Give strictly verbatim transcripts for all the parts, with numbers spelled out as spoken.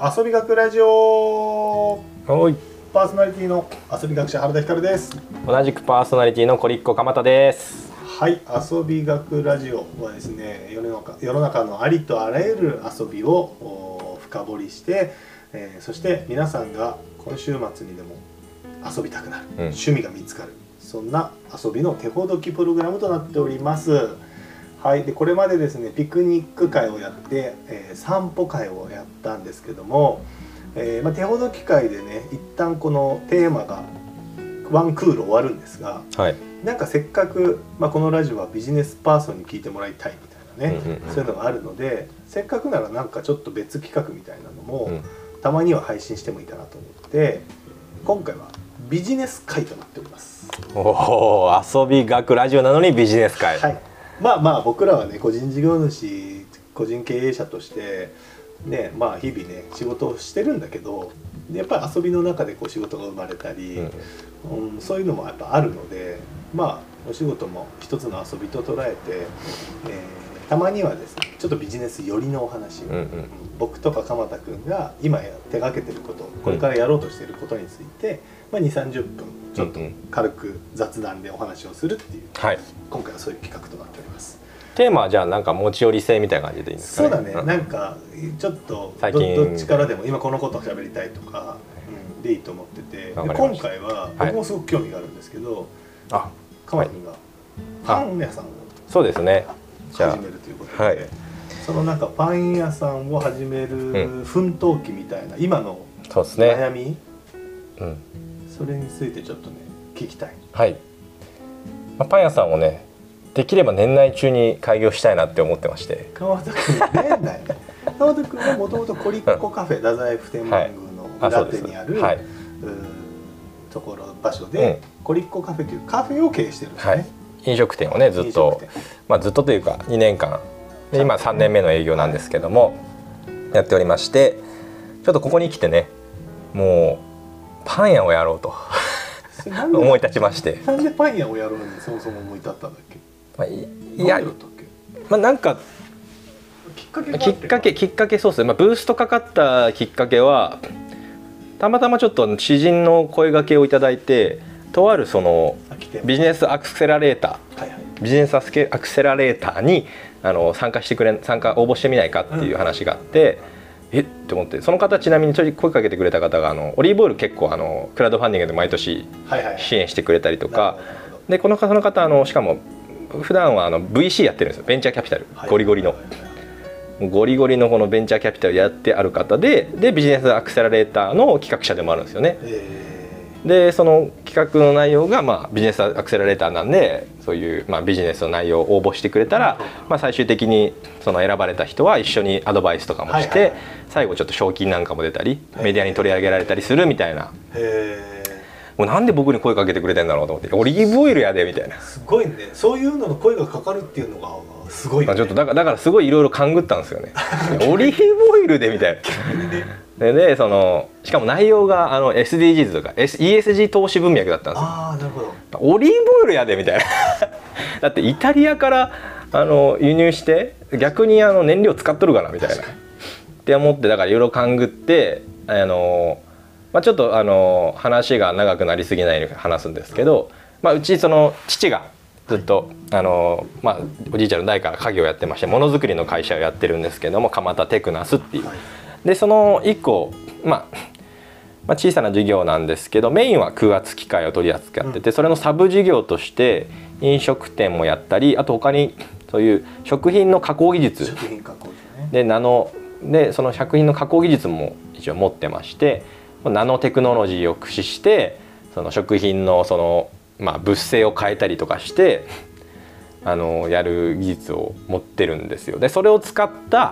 遊び学ラジオはい、 パーソナリティの遊び学者原田光です。 同じくパーソナリティのコリッコ鎌田です。 はい、遊び学ラジオはですね、世の中、世の中のありとあらゆる遊びを深掘りして、えー、そして皆さんが今週末にでも遊びたくなる、うん、趣味が見つかる、そんな遊びの手ほどきプログラムとなっております。はい、でこれまでですねピクニック会をやって、えー、散歩会をやったんですけども、えーまあ、手ほどき会でね一旦このテーマがワンクール終わるんですが、はい、なんかせっかく、まあ、このラジオはビジネスパーソンに聞いてもらいたいみたいなね、うんうんうん、そういうのがあるので、せっかくならなんかちょっと別企画みたいなのも、うん、たまには配信してもいいかなと思って今回はビジネス会となっております。 おー、遊び学ラジオなのにビジネス会、 はい、まあまあ僕らはね個人事業主個人経営者としてね、まあ日々ね仕事をしてるんだけどやっぱり遊びの中でこう仕事が生まれたり、うんうん、そういうのもやっぱあるので、まあお仕事も一つの遊びと捉えて、えー、たまにはですねちょっとビジネス寄りのお話を、うんうん、僕とか鎌田くんが今手がけてることこれからやろうとしていることについて、まあ、にじゅうさんじゅっぷんちょっと軽く雑談でお話をするっていう、はい、今回はそういう企画となっております。 テーマはじゃあなんか持ち寄り性みたいな感じでいいんですかね。 そうだね、うん、なんかちょっと最近 ど, どっちからでも今このことを喋りたいとか、うん、でいいと思ってて、で今回は僕もすごく興味があるんですけど、はい、鎌田君がパン屋さんをそうですね始めるということで、はい、そのなんかパン屋さんを始める奮闘期みたいな、うん、今の悩み、うん、それについてちょっとね聞きたい。 はい、まあ、パン屋さんをねできれば年内中に開業したいなって思ってまして。 鎌田君年内鎌田君はもともとコリッコカフェ、うん、太宰府天満宮の裏手にある、はい、ところ場所で、うん、コリッコカフェというカフェを経営してるんですね、はい、 飲食店をねずっと、まあ、ずっとというかにねんかんで今さんねんめの営業なんですけども、はい、やっておりまして、ちょっとここに来てねもうパン屋をやろうと思い立ちまして。 なんでパン屋をやろうにそもそも思い立ったんだっけ。 まあ、いや、まあ、なんかきっかけきっかけきっかけそうですね、まあ、ブーストかかったきっかけはたまたまちょっと知人の声掛けをいただいて、とあるそのビジネスアクセラレーター、はいはい、ビジネスアクセラレーターにあの参加してくれ参加応募してみないかっていう話があって、うん、えって思って、その方ちなみにちょっと声かけてくれた方があのオリーブオイル結構あのクラウドファンディングで毎年支援してくれたりとか、はいはいはい、でこの方の方あのしかも普段はあの ブイシー やってるんですよ。ベンチャーキャピタル、はい、ゴリゴリのゴリゴリのこのベンチャーキャピタルやってある方で、でビジネスアクセラレーターの企画者でもあるんですよね。でその企画の内容が、まあ、ビジネスアクセラレーターなんで、そういう、まあ、ビジネスの内容を応募してくれたら、まあ、最終的にその選ばれた人は一緒にアドバイスとかもして、はいはいはい、最後ちょっと賞金なんかも出たりメディアに取り上げられたりするみたいな。もうなんで僕に声かけてくれてんだろうと思って、オリーブオイルやでみたいな。すごいね、そういうのの声がかかるっていうのがすごいよね。 ちょっとだからだからすごいいろいろ勘ぐったんですよねオリーブオイルでみたいなで, でそのしかも内容があの エスディージーズ とか イーエスジー 投資文脈だったんですよ。 あー、なるほど。 オリーブオイルやでみたいなだってイタリアからあの輸入して逆にあの燃料使っとるかなみたいなって思って、だからいろいろ勘ぐってあのまあ、ちょっとあの話が長くなりすぎないように話すんですけど、まあ、うちその父がずっとあの、まあ、おじいちゃんの代から家業をやってまして、ものづくりの会社をやってるんですけども、蒲田テクナスっていう、でそのいっこ、まあ、まあ小さな事業なんですけど、メインは空圧機械を取り扱ってて、それのサブ事業として飲食店もやったり、あと他にそういう食品の加工技術食品加工でナノでその食品の加工技術も一応持ってまして、ナノテクノロジーを駆使してその食品のその、まあ、物性を変えたりとかしてあのやる技術を持ってるんですよ。でそれを使った、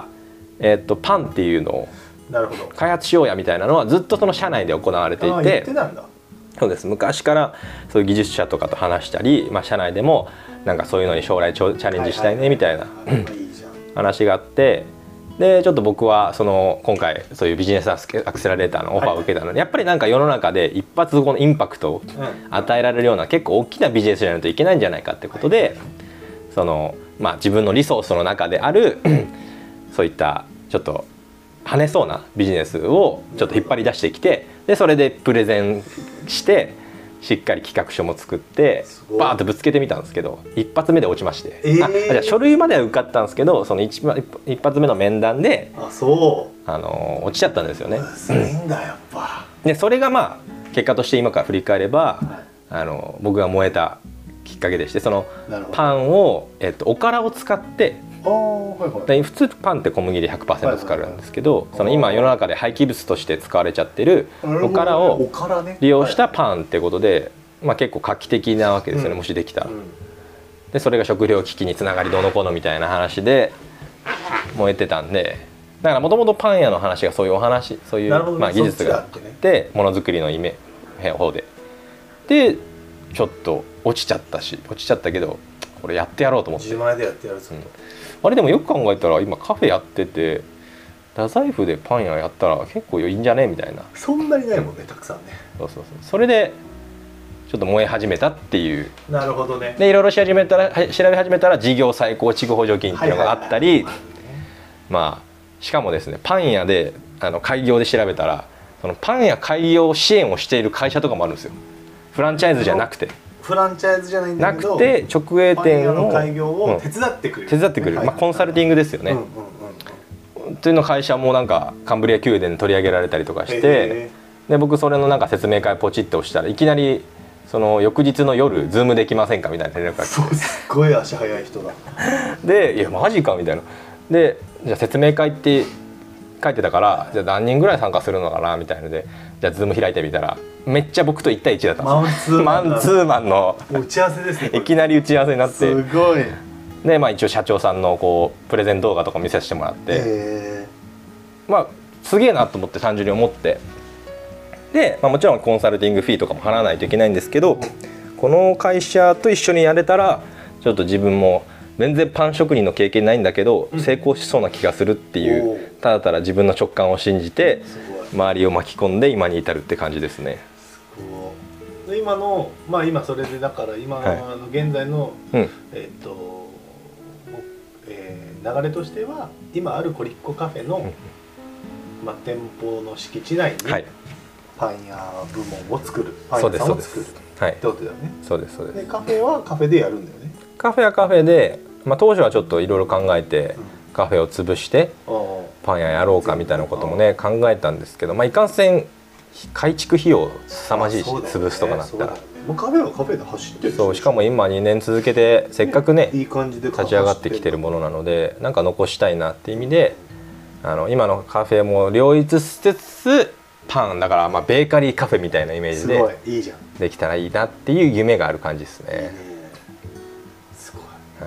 えー、とパンっていうのを開発しようやみたいなのはずっとその社内で行われていて、そうです、昔からそういう技術者とかと話したり、まあ、社内でもなんかそういうのに将来チャレンジしたいねみたいな話があって、でちょっと僕はその今回そういうビジネスアクセラレーターのオファーを受けたので、はい、やっぱりなんか世の中で一発このインパクトを与えられるような結構大きなビジネスじゃないといけないんじゃないかってことで、はい、そのまあ自分のリソースの中であるそういったちょっと跳ねそうなビジネスをちょっと引っ張り出してきて、でそれでプレゼンしてしっかり企画書も作ってバーッとぶつけてみたんですけど、一発目で落ちまして、えー、あじゃあ書類までは受かったんですけど、その 一, 一発目の面談であそうあの落ちちゃったんですよね。 すごいんだやっぱ。 でそれがまあ結果として今から振り返れば、はい、あの僕が燃えたきっかけでして、そのパンを、えっと、おからを使ってあ、はいはい、普通パンって小麦で ひゃくパーセント 使われるんですけど、はいはいはい、その今世の中で廃棄物として使われちゃってるおからを利用したパンってことで、まあ、結構画期的なわけですよね、うん、もしできたら、うん、でそれが食料危機につながりどうのこうのみたいな話で燃えてたんで、だからもともとパン屋の話がそういうお話、そういう、ね、まあ、技術があってものづくりのイメ方ででちょっと落ちちゃったし落ちちゃったけどこれやってやろうと思って自前でやってやるぞ、うん、あれでもよく考えたら今カフェやってて太宰府でパン屋やったら結構いいんじゃねみたいな、 そんなにないもんね、たくさんね。 そうそうそう、それでちょっと燃え始めたっていう。 なるほどね。 でいろいろ調べ始めたら調べ始めたら事業再構築補助金っていうのがあったり、まあしかもですねパン屋であの開業で調べたらそのパン屋開業支援をしている会社とかもあるんですよ。フランチャイズじゃなくて。 フランチャイズじゃないんだけどなくて直営店の開業を手伝ってくれる、 うん、手伝ってくれる、はい、まあ、コンサルティングですよね。というの会社もなんかカンブリア宮殿で取り上げられたりとかして、で僕それのなんか説明会ポチッと押したらいきなりその翌日の夜ズームできませんかみたいな連絡が来て、 そうすっごい足早い人だでいやマジかみたいな、でじゃあ説明会って書いてたからじゃあ何人ぐらい参加するのかなみたいのでじゃあズーム開いてみたらめっちゃ僕といち対いちだったんですよ。マンツーマンの打ち合わせですね。 いきなり打ち合わせになって、 すごい。 でまあ一応社長さんのこうプレゼン動画とか見させてもらって、まあすげえなと思って単純に思って、で、まあ、もちろんコンサルティングフィーとかも払わないといけないんですけど、この会社と一緒にやれたらちょっと自分も全然パン職人の経験ないんだけど、うん、成功しそうな気がするっていう、ただただ自分の直感を信じて周りを巻き込んで今に至るって感じですね。 で今のまあ今それでだから今の現在の、はい、えっと、えー、流れとしては今あるコリッコカフェの、うん、まあ、店舗の敷地内に、はい、パン屋部門を作る、パン屋さんを作るってことだよね。 そうですそうです。 でカフェはカフェでやるんだよね。 カフェはカフェで、まあ、当初はちょっといろいろ考えて、うん、カフェを潰してパン屋やろうかみたいなこともね考えたんですけど、まあ、いかんせん改築費用凄まじいし、潰すとかなったら、ね、 もうカフェはカフェで走ってる。 そう、しかも今にねん続けてせっかくね、 いい感じで立ち上がってきてるものなのでなんか残したいなっていう意味で、あの今のカフェも両立しつつパンだからまあベーカリーカフェみたいなイメージでできたらいいなっていう夢がある感じですね。 すごい。はい、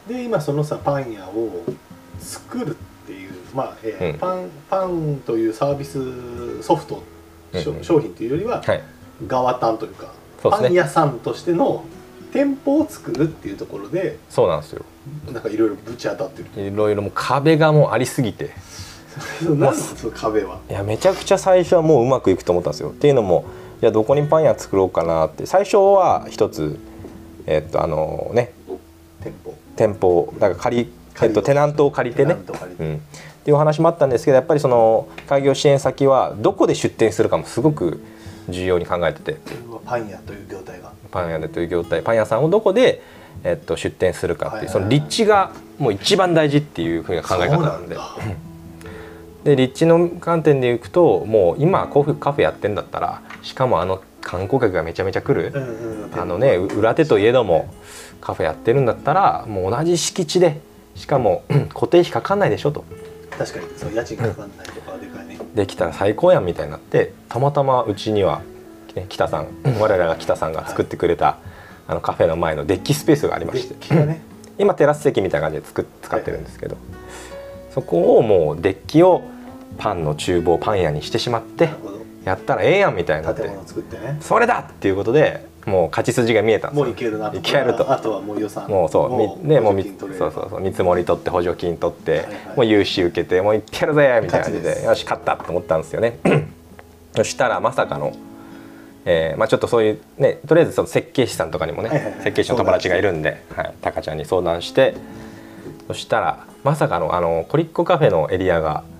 で今そのさパン屋を作るっていう、まあえーうん、パンパンというサービスソフト、うんうん、商品というよりは、はい、側単というかパン屋さんとしての店舗を作るっていうところで、 そうなんですよ。 なんかいろいろぶち当たってる。 いろいろもう壁がもうありすぎて。 何なんその壁は。 いやめちゃくちゃ最初はもううまくいくと思ったんですよ。っていうのもいやどこにパン屋作ろうかなって最初は一つえっとあのね店舗店舗だから借りえっとテナントを借りてね、うん、っていうお話もあったんですけど、やっぱりその開業支援先はどこで出店するかもすごく重要に考えてて、 パン屋という業態がパン屋という業態パン屋さんをどこでえっと出店するかっていう、その立地がもう一番大事っていうふうな考え方なんで。で立地の観点でいくともう今カフェやってんだったら、しかもあの観光客がめちゃめちゃ来る、うんうん、あのね裏手といえどもカフェやってるんだったらもう同じ敷地でしかも固定費かかんないでしょと。 確かにそう家賃かかんないとかでかいね。 できたら最高やんみたいになって、たまたまうちには、ね、北さん我らが北さんが作ってくれた、はい、あのカフェの前のデッキスペースがありまして、ね、今テラス席みたいな感じで作っ使ってるんですけど、はいはい、そこをもうデッキをパンの厨房パン屋にしてしまってやったらええやんみたいになって、 建物作ってね、 それだっていうことでもう勝ち筋が見えたんですよ。 もういけるなと。 いけると。 あとはもう予算もうそうもうねもうそうそうそう見積もり取って補助金取って、はいはい、もう融資受けてもういってやるぜみたいな感じでよし勝ったと思ったんですよね。そしたらまさかの、えーまあ、ちょっとそういうねとりあえずその設計士さんとかにもね、はいはいはい、設計士の友達がいるんで、はい、タカちゃんに相談して、そしたらまさかのあのコリッコカフェのエリアが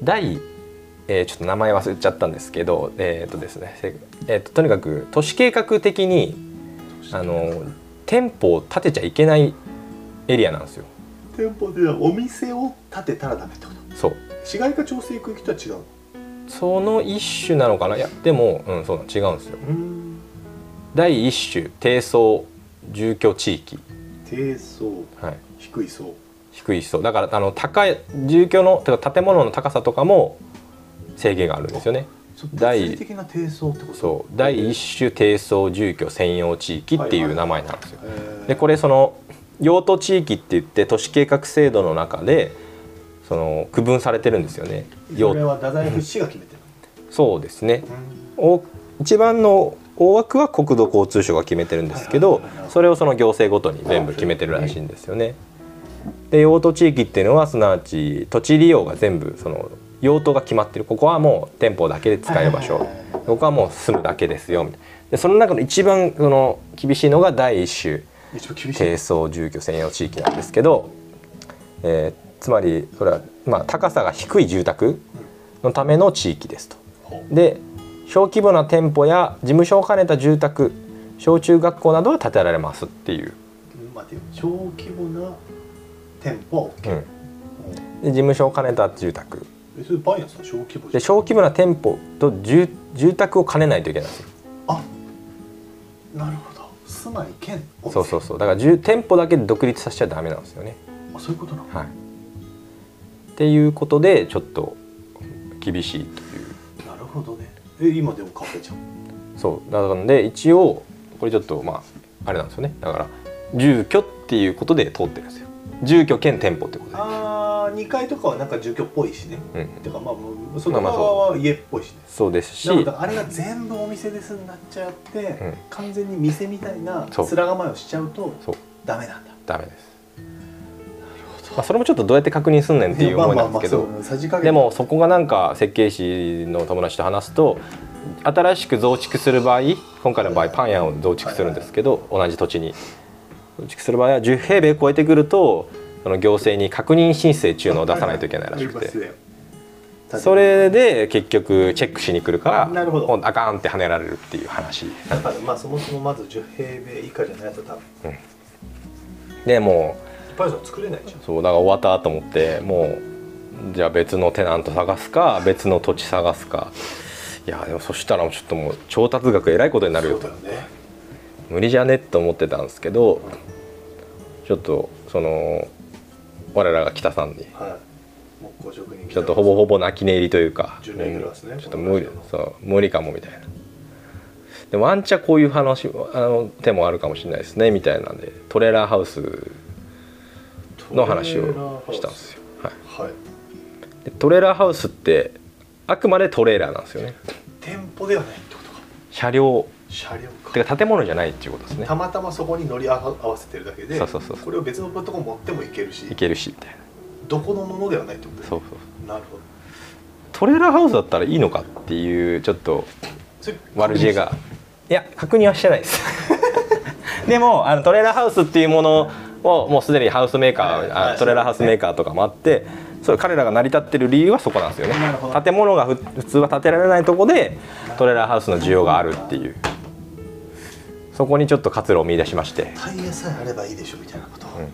第、えー、ちょっと名前忘れちゃったんですけど、えーとですねえー、ととにかく都市計画的にあの店舗を建てちゃいけないエリアなんですよ。 店舗ではお店を建てたらダメってこと。 そう市街化調整区域とは違うの。その一種なのかな。いやでも、うん、そう違うんですよ。 うん第一種低層住居地域。 低層、 はい、 低い層。 低い層だからあの高い住居のてか建物の高さとかも制限があるんですよね。 物理的な低層ってこと。 そう第一種低層住居専用地域っていう名前なんですよ。 はいはいはい、 でこれその用途地域って言って都市計画制度の中でその区分されてるんですよね。 それは太宰府市が決めてる。 そうですね、 うん、 お一番の大枠は国土交通省が決めてるんですけど、それをその行政ごとに全部決めてるらしいんですよね。で用途地域っていうのはすなわち土地利用が全部その用途が決まってる。ここはもう店舗だけで使える場所、ここはもう住むだけですよみたいな。でその中の一番その厳しいのが第一種低層住居専用地域なんですけど、えー、つまりそれはまあ高さが低い住宅のための地域ですと。で小規模な店舗や事務所を兼ねた住宅、小中学校などは建てられますっていう。 待てよ、小規模な店舗、 うん、で事務所を兼ねた住宅。 えそれパン屋さん小規模で小規模な店舗と 住, 住宅を兼ねないといけないんですよ。 あ、なるほど。住まい兼そうそうそう。だから店舗だけで独立させちゃダメなんですよね。 あ、そういうことなの。 はい。っていうことでちょっと厳しいという。 なるほどね。え今でもカフェじゃん。 そうだからで一応これちょっとまああれなんですよね。だから住居っていうことで通ってるんですよ。住居兼店舗ってことで。 ああ、にかいとかはなんか住居っぽいしね。 うん。 てかまあ外側は家っぽいしね。 そうですし、 あれが全部お店ですになっちゃって、うん、完全に店みたいな面構えをしちゃうとダメなんだ。 ダメです。まあ、それもちょっとどうやって確認すんねんっていう思いなんですけど、でもそこがなんか設計士の友達と話すと、新しく増築する場合、今回の場合パン屋を増築するんですけど、同じ土地に増築する場合はじゅう平米超えてくるとその行政に確認申請っていうのを出さないといけないらしくて、それで結局チェックしに来るからなるほど、 あかんって跳ねられるっていう話。 だからまあそもそもまずじゅう平米以下じゃないと多分、うん、 でもうパン屋さん作れないじゃん。 そうだから終わったと思って、もうじゃあ別のテナント探すか別の土地探すか。いやでもそしたらちょっともう調達額えらいことになるよと。 そうだよね、 無理じゃねと思ってたんですけど、ちょっとその我らが北さんに、 はい、木工職人ちょっとほぼほぼ泣き寝入りというか、 準レギュラーですね、 ちょっと無理、そう無理かもみたいな。でワンチャこういう話あの手もあるかもしれないですねみたいなんで、トレーラーハウスの話をしたんですよ。はいはい、でトレーラーハウスってあくまでトレーラーなんですよね。 店舗ではないってことか。 車両。 車両か。 てか建物じゃないっていうことですね。 たまたまそこに乗り合わせてるだけで、 そうそうそう、 これを別のとこ持ってもいけるし、 いけるしみたいな。 どこのものではないってことですね。 そうそう。 なるほど。 トレーラーハウスだったらいいのかっていうちょっと悪知恵が、いや確認はしてないです。でもあのトレーラーハウスっていうものをもうすでにハウスメーカー、はい、トレーラーハウスメーカーとかもあって、そう彼らが成り立ってる理由はそこなんですよね。建物がふ普通は建てられないとこでトレーラーハウスの需要があるっていう、そこにちょっと活路を見出しまして、 タイヤさえあればいいでしょみたいなこと、うん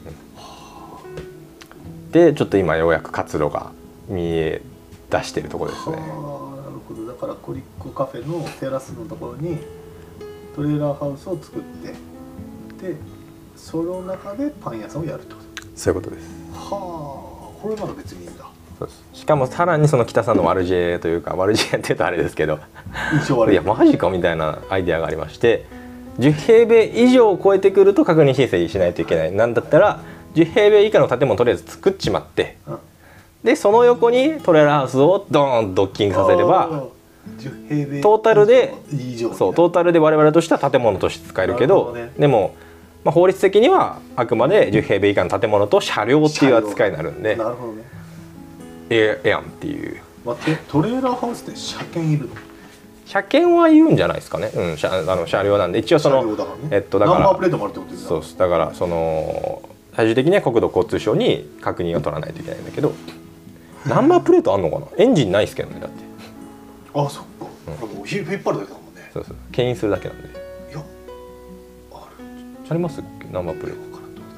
うん、でちょっと今ようやく活路が見え出しているところですね。 なるほど。だからコリッコカフェのテラスのところにトレーラーハウスを作って、でその中でパン屋さんをやるってこと。 そういうことです。 はあ、これなら別にいいんだ。 そうです。しかもさらにその北さんの悪知恵というか、悪知恵って言うとあれですけど、 印象悪い。 いやマジかみたいなアイデアがありまして、じゅう平米以上を超えてくると確認申請しないといけない。なんだったらじゅう平米以下の建物をとりあえず作っちまって、うん、でその横にトレーラーハウスをドーンドッキングさせればじゅう平米トータルで以上、 そうトータルで我々としては建物として使えるけど、 ね、 でも、まあ、法律的にはあくまでじゅう平米以下の建物と車両っていう扱いになるんで、 なるほどね、 ええやんっていう。 待って、トレーラーハウスって車検いるの？ 車検は言うんじゃないですかね。うん、車あの車両なんで一応その、ね、えっとだからナンバープレートもあるってことですか？ そうです。だからその最終的には国土交通省に確認を取らないといけないんだけど、 ナンバープレートあんのかな。エンジンないですけどね、だって。 あ、そっか、うん、もう引っ張るだけだもんね。そうそう、 牽引するだけなんで。 いや、あるありますっけ、ナンバープレート。 分からん、ど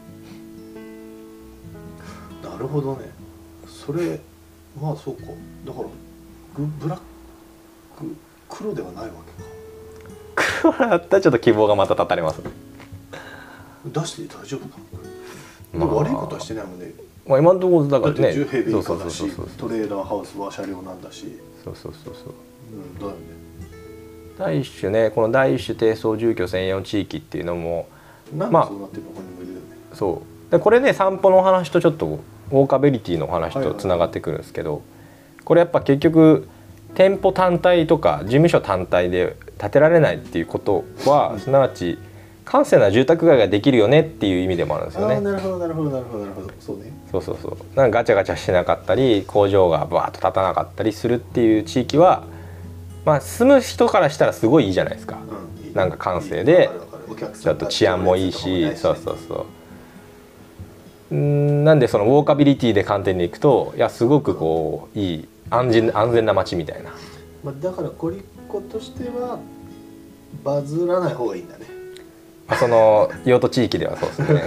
うだ。なるほどね。それまあそうか、だからグブラック黒ではないわけか。 黒だったらちょっと希望がまた絶たれますね。 出して大丈夫なの？まあ、悪いことはしてないもんね。 まあ今のところだからね、 だってじゅう平米以下だし、トレーラーハウスは車両なんだし。 そうそうそうそう。 うん、だよね。 第一種ね、この第一種低層住居専用地域っていうのも、 なんでそうなってるのかにもいるよね。 そうで、これね、散歩のお話とちょっとウォーカビリティのお話とつながってくるんですけど、はいはいはい、これやっぱ結局店舗単体とか事務所単体で建てられないっていうことは、すなわち閑静な住宅街ができるよねっていう意味でもあるんですよね。 あ、なるほどなるほどなるほどなるほど、そうね。 そうそうそう。なんかガチャガチャしてなかったり、工場がバーッと建たなかったりするっていう地域は、まあ住む人からしたらすごいいいじゃないですか。うん、いいなんか閑静でちょっと治安もいいし、そうそうそう。んなんでそのウォーカビリティで観点でいくと、いやすごくこういい安全安全な街みたいな。 まあ、だからゴリッコとしてはバズらない方がいいんだね。 その用途地域ではそうですね。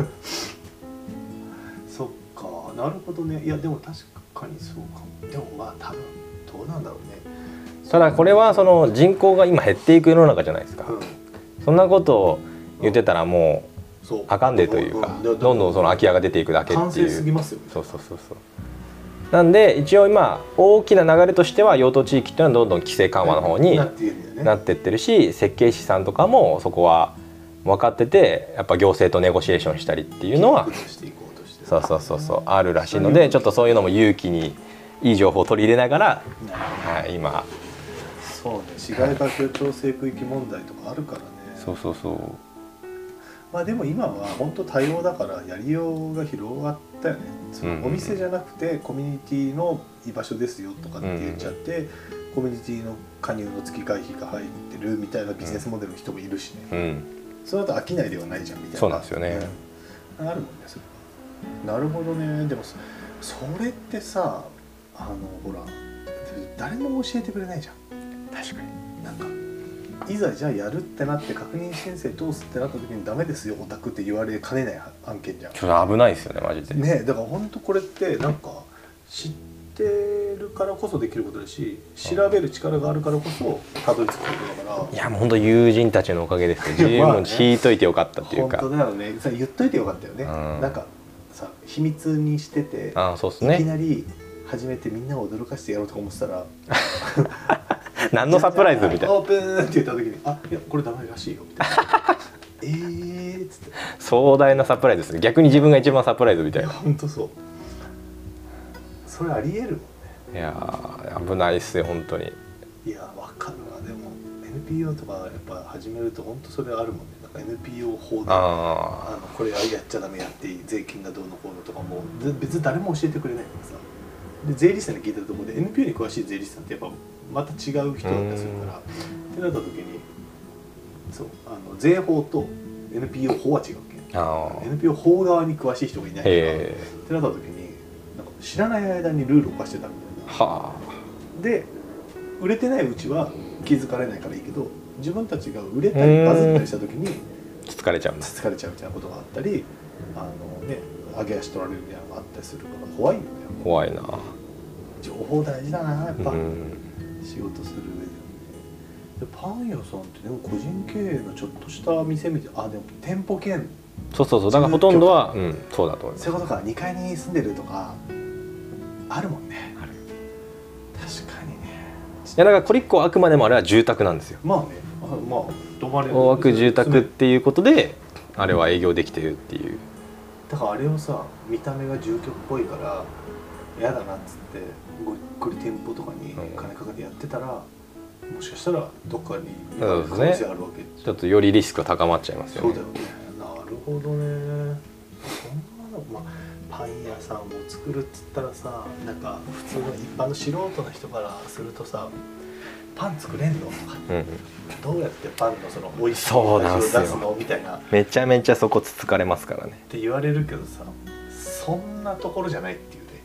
そっか、なるほどね。いやでも確かにそうかも。でもまあ多分どうなんだろうね。 ただこれはその人口が今減っていく世の中じゃないですか。うん、そんなことを言ってたらもうあかんでというか、どんどんその空き家が出ていくだけっていう。 完成すぎますよね。 そうそうそうそう。なんで一応今大きな流れとしては用途地域っていうのはどんどん規制緩和の方になってってるし、設計士さんとかもそこは分かってて、やっぱ行政とネゴシエーションしたりっていうのはそうそうそうそうあるらしいので、ちょっとそういうのも勇気にいい情報を取り入れながら、はい、今そうね、市街化協調整区域問題とかあるからね。 そうそうそう。 まあでも今は本当多様だからやりようが広がったよね。そのお店じゃなくてコミュニティの居場所ですよとかって言っちゃって、うん、コミュニティの加入の月会費が入ってるみたいなビジネスモデルの人もいるしね。うん、その後飽きないではないじゃんみたいな。 そうなんですよね。 うん、あるもんねそれは。なるほどね。でもそれってさ、あのほら誰も教えてくれないじゃん。 確かに。 なんかいざじゃあやるってなって確認申請通すってなった時にダメですよオタクって言われかねない案件じゃん。 ちょっと危ないですよねマジで。 ね、だから本当これってなんか知ってるからこそできることだし、調べる力があるからこそたどり着くことだから。 いやもう本当友人たちのおかげですよ。自分も聞いといてよかったっていうか。 本当だよね。さ言っといてよかったよね。うん、なんかさ秘密にしてて、 あ、そうっすね、 いきなり始めてみんなを驚かしてやろうとか思ってたら。 何のサプライズみたいな。 オープンって言った時に、あ、いやこれダメらしいよみたいな。えーっつって。 壮大なサプライズですね。逆に自分が一番サプライズみたいな。 本当そう。それありえるもんね。 いや危ないっすよ本当に。 いやわかるわ。でも エヌピーオー とかやっぱ始めると本当それあるもんね。なんか エヌピーオー 法でああのこれやっちゃダメやっていい、税金がどうのこうのとかも別に誰も教えてくれないからさ。で税理士さんに聞いたところで エヌピーオー に詳しい税理士さんってやっぱまた違う人だったりするから、ってなった時にそうあの税法と エヌピーオー 法は違うけん、 エヌピーオー 法側に詳しい人がいないから、ってなった時になんか知らない間にルールを犯してたみたいな。はあ、で売れてないうちは気づかれないからいいけど、自分たちが売れたりバズったりした時につつかれちゃうつつかれちゃうみたいなことがあったり、あのね上げ足取られるみたいなのがあったりするから怖いよね。 怖いな。 情報大事だなやっぱ、 うん、 仕事する上ではね。でパン屋さんってでも個人経営のちょっとした店みたいな、あでも店舗兼そうそうそう、だからほとんどは、うん、そうだと思います。 そういうことか、にかいに住んでるとかあるもんね。ある。確かにね。 いやだからコリッコはあくまでもあれは住宅なんですよ。 まあね、あまあ泊まれる大枠住宅っていうことであれは営業できてるっていう。 だからあれをさ見た目が住居っぽいから嫌だなっつってごっくり店舗とかに金かけてやってたら、うん、もしかしたらどっかに可能性あるわけ、 ね、ちょっとよりリスクが高まっちゃいますよね。 そうだよね。なるほどね。そんなの、まあ、パン屋さんを作るっつったらさ、なんか普通の一般の素人の人からするとさ、パン作れんのとか、うん、どうやってパンのその美味しい味を出すのみたいな、 めちゃめちゃそこつつかれますからねって言われるけどさ、そんなところじゃないっていうね。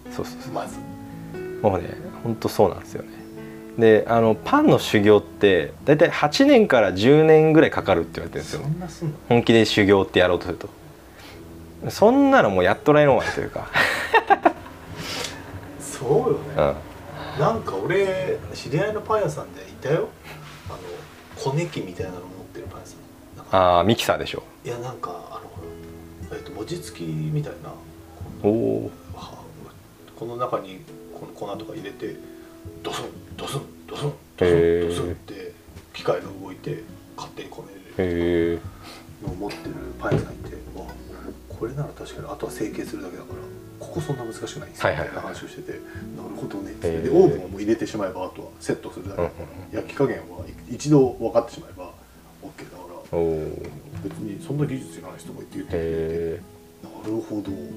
そうそうそう、 まずもうね本当そうなんですよね。であのパンの修行ってだいたいはちねんからじゅうねんぐらいかかるって言われてるんですよ。 そんなすんの？ 本気で修行ってやろうとすると。そんなのもうやっとらいのまいというかそうよね、 うん、 なんか俺知り合いのパン屋さんでいたよ、あの小ネキみたいなの持ってるパン屋さん。なんかああミキサーでしょ。 いやなんかあのほら、えっと、餅つきみたいな、 おおはこの中にこの粉とか入れてドスンドスンドスンドスンドスンって機械が動いて勝手にこねるのを持ってるパン屋さんいて、わこれなら確かにあとは成形するだけだからここそんな難しくないんですよみたいな話をしてて、なるほどねって、でオーブンをもう入れてしまえばあとはセットするだけだから、焼き加減は一度分かってしまえば OK だから別にそんな技術いらない人とか言って言ってくれて、なるほどって思ったけど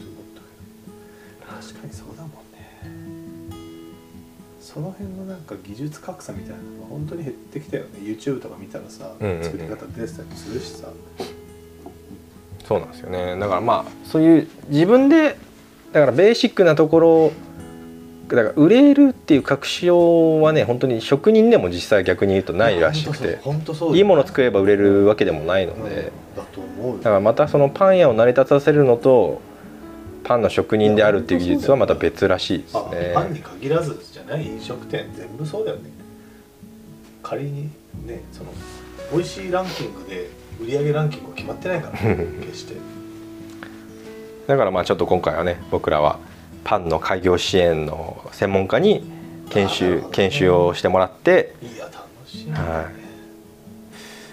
確かにそうだもんね。その辺のなんか技術格差みたいなのが本当に減ってきたよね。 YouTube とか見たらさ、 うんうんうん、 作り方出てたりするしさ。 そうなんですよね。だからまあそういう自分でだからベーシックなところだから売れるっていう確証はね本当に職人でも実際逆に言うとないらしくて、いいもの作れば売れるわけでもないので、 だと思う。 だからまたそのパン屋を成り立たせるのとパンの職人であるっていう技術はまた別らしいですね。 パンに限らずじゃない飲食店全部そうだよね。仮にねその美味しいランキングで売上ランキングは決まってないから、ね、決してだからまあちょっと今回はね僕らはパンの開業支援の専門家に研修、ね、研修をしてもらって、 いや楽しいね、はい、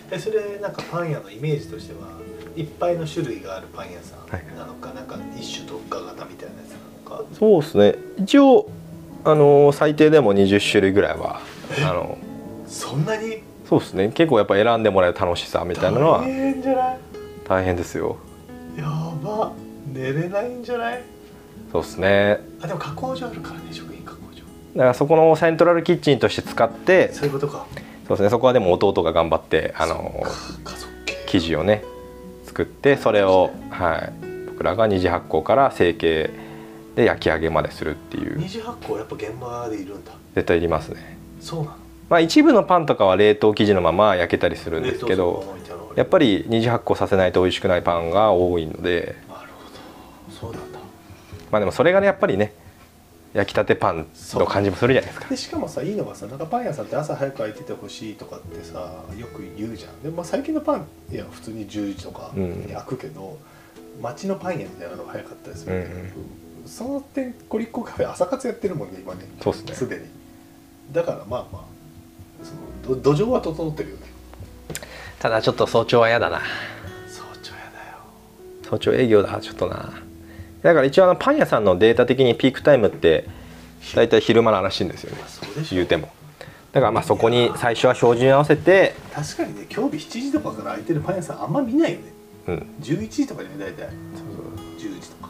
でそれなんかパン屋のイメージとしてはいっぱいの種類があるパン屋さんなのか、はい、なんか一種特化型みたいなやつなのか。 そうですね、一応あの最低でもにじゅっしゅるいぐらいはあのそんなに。 そうですね、結構やっぱ選んでもらえる楽しさみたいなのは大変じゃない？ 大変ですよ。 やば、寝れないんじゃない？ そうですね。 あでも加工場あるからね、食品加工場。 だからそこのセントラルキッチンとして使って、 そういうことか。 そうですね、そこはでも弟が頑張ってあの生地をね作ってそれを、はい、僕らが二次発酵から成形で焼き上げまでするっていう。 二次発酵はやっぱ現場でいるんだ。 絶対いりますね。 そうなの。 まあ一部のパンとかは冷凍生地のまま焼けたりするんですけど、やっぱり二次発酵させないと美味しくないパンが多いので。 なるほど、そうなんだ。 まあでもそれがねやっぱりね焼きたてパンの感じもするじゃないですか。 でしかもさ、いいのがさ、なんかパン屋さんって朝早く開いててほしいとかってさよく言うじゃん。で、まあ、最近のパンいや普通にじゅうじとかに開くけど、うん、街のパン屋みたいなのが早かったりするけど、うんうん、その点コリッコカフェ朝活やってるもんね今ね。 そうですね。 すでに。だからまあまあその土壌は整ってるよね。 ただちょっと早朝は嫌だな。 早朝やだよ。 早朝営業だちょっとな。だから一応あのパン屋さんのデータ的にピークタイムってだいたい昼間のらしいんですよね、言うても。だからまあそこに最初は標準合わせて。 確かにね、今日日しちじとかから開いてるパン屋さんあんま見ないよね、うん、じゅういちじとかにね大体。そうそうじゅうじとか。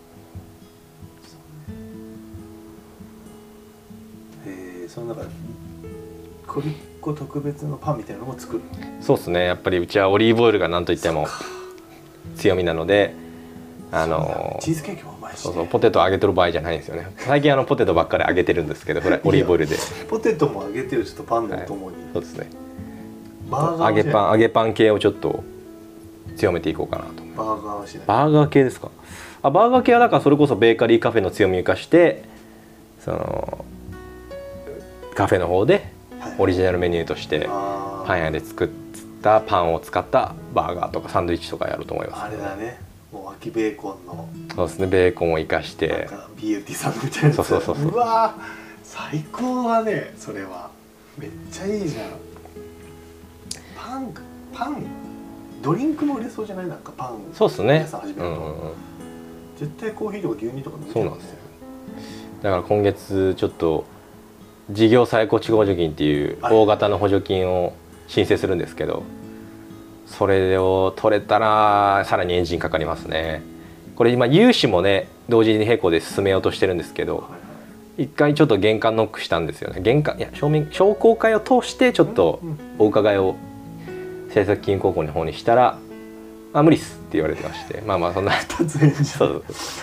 えー、その中でコリッコ特別のパンみたいなのも作る。 そうですね、やっぱりうちはオリーブオイルが何といっても強みなので、あのチーズケーキもうまいし、ね、 そうそうポテト揚げてる場合じゃないんですよね。最近あのポテトばっかり揚げてるんですけど、オリーブオイルでポテトも揚げてる、ちょっとパンのお供に、はい、 そうですね。 バーガー揚げパン揚げパン系をちょっと強めていこうかなと。 バーガーはしない。 バーガー系ですか。あ、バーガー系はだからそれこそベーカリーカフェの強みを生かしてそのカフェの方でオリジナルメニューとしてパン屋で作ったパンを使ったバーガーとかサンドイッチとかやると思います、 ね、あれだね、もう脇ベーコンの。 そうですね、ベーコンを生かしてなんかビーエルティーサンドみたいなやつ。 そうそうそうそう。 うわ最高だね、それはめっちゃいいじゃん。パンパンドリンクも売れそうじゃない？なんかパンそうですね、 始めると、うんうんうん、絶対コーヒーとか牛乳とか飲む、ね、 そうなんですよ。だから今月ちょっと事業再構築補助金っていう大型の補助金を申請するんですけど、それを取れたらさらにエンジンかかりますね。これ今融資もね同時に並行で進めようとしてるんですけど、一回ちょっと玄関ノックしたんですよね。玄関いや証明商工会を通してちょっとお伺いを政策金融高校の方にしたら「あ無理っす」って言われてまして、まあまあそんなそうま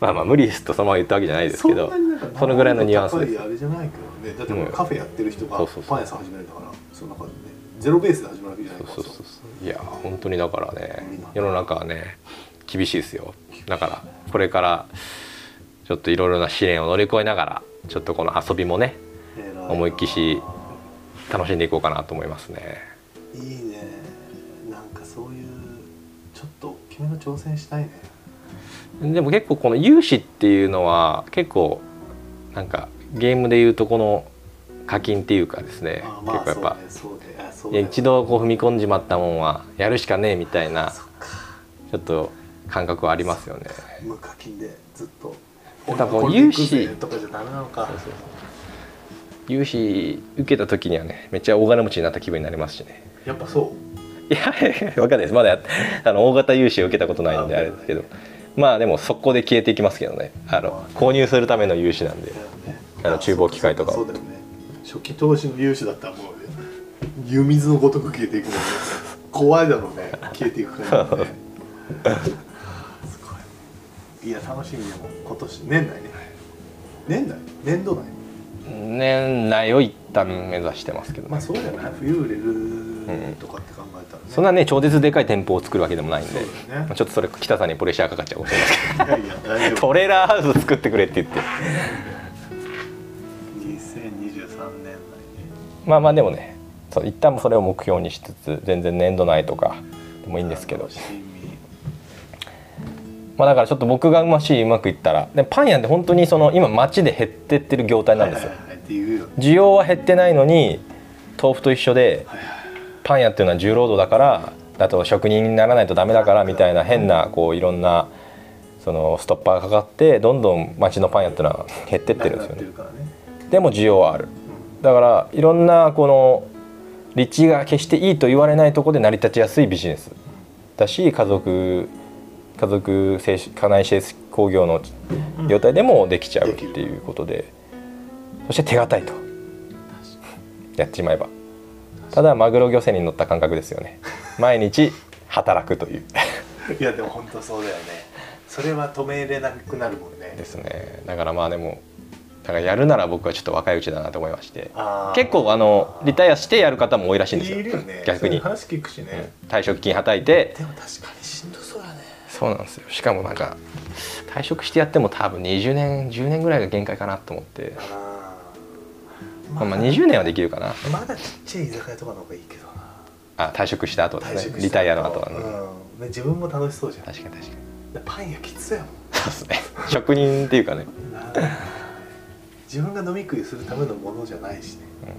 まあまあ無理ですとそのまま言ったわけじゃないですけど、そのぐらいのニュアンスです。 あれじゃないけどね。だってもうカフェやってる人がパン屋さん始めるんだから、その中でねゼロベースで始まるわけじゃないから。そうそうそう。いや本当にだからね、世の中はね厳しいですよ。だからこれからちょっといろいろな試練を乗り越えながら、ちょっとこの遊びもね思いっきし楽しんでいこうかなと思いますね。 いいね。なんかそういうちょっと大きめの挑戦したいね。 でも結構この融資っていうのは結構なんかゲームでいうとこの課金っていうかですね、結構やっぱ一度こう踏み込んじまったもんはやるしかねえみたいなちょっと感覚はありますよね。 無課金でずっと多分融資とかじゃダメなのか。 融資受けた時にはねめっちゃ大金持ちになった気分になりますしね。 やっぱそう。 いやわかんないです。まだやあの大型融資を受けたことないんであれですけど、まあでも速攻で消えていきますけどね。あの購入するための融資なんで、あの厨房機械とかそうだよね。初期投資の融資だったらもう湯水のごとく消えていくもんね。怖いだろうね、消えていくからね。すごい。いや楽しみ。でも今年年内ね。年内年度内年内を一旦目指してますけど、ね、 まあそうじゃない。冬売れるとかって考えたらね、 うん、そんなね超絶でかい店舗を作るわけでもないんで、 ね、 ちょっとそれ北さんにプレッシャーかかっちゃうかもしれないですけどいやいや大丈夫。 トレーラーハウス作ってくれって言ってにせんにじゅうさんねん内にまあまあでもね、そう一旦それを目標にしつつ全然年度内とかでもいいんですけど、まあだからちょっと僕がうましいうまくいったら、でパン屋って本当にその今街で減ってってる業態なんですよ。需要は減ってないのに豆腐と一緒で、パン屋っていうのは重労働だからだと職人にならないとダメだからみたいな変なこういろんなそのストッパーがかかってどんどん街のパン屋っていうのは減ってってるんですよね。でも需要はある。だからいろんなこの立地が決していいと言われないところで成り立ちやすいビジネスだし、家族家族家内製工業の業態でもできちゃうっていうことで、そして手堅いとやっちまえば、ただマグロ漁船に乗った感覚ですよね。毎日働くといういやでも本当そうだよね。それは止めれなくなるもんね。 ですね。だからまあでもだからやるなら僕はちょっと若いうちだなと思いまして、結構あのリタイアしてやる方も多いらしいんですよ。 いるよね。 逆に話聞くしね、 うん、退職金はたいて。 でも確かにしんどそうだね。 そうなんですよ。しかもなんか退職してやっても多分にじゅうねんじゅうねんぐらいが限界かなと思って、あ、まあ、まあにじゅうねんはできるかな。 まだちっちゃい居酒屋とかの方がいいけどな。 あ、退職した後ですね。リタイアの後はね、 うん、自分も楽しそうじゃん。 確かに確かに。 パン屋きついやもん。 そうですね。職人っていうかね自分が飲み食いするためのものじゃないしね、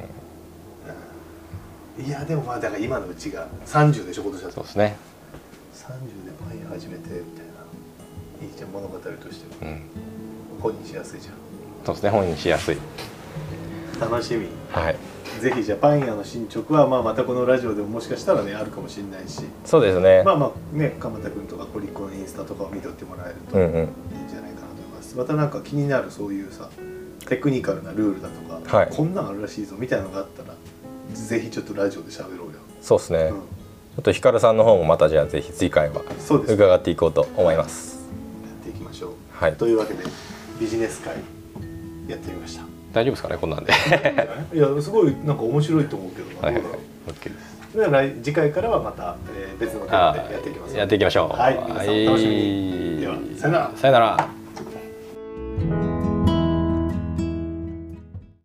うんうん、いやでもまあだから今のうちがさんじゅうでしょ今年だと。 そうですね。 さんじゅうでパン屋始めてみたいな、いいじゃん物語としては、うん、本にしやすいじゃん。 そうですね、本にしやすい。 楽しみ。 はい。 ぜひじゃあパン屋の進捗はまあまたこのラジオでももしかしたらねあるかもしれないし。 そうですね。まあまあね鎌田君とかコリコのインスタとかを見とってもらえるといいんじゃないかなと思います。またなんか気になるそういうさテクニカルなルールだとか、はい、こんなんあるらしいぞみたいなのがあったらぜひちょっとラジオで喋ろうよ。 そうですね、うん、ちょっとヒカルさんの方もまたじゃあぜひ次回は伺っていこうと思います。 やっていきましょう、はい、というわけでビジネス会やってみました。 大丈夫ですかねこんなんでいやすごいなんか面白いと思うけどな。はいはいはい、OK です。では次回からはまた、えー、別のテーマでやっていきます。 やっていきましょう。 はい、皆さんお楽しみに。ではさよなら。 さよなら。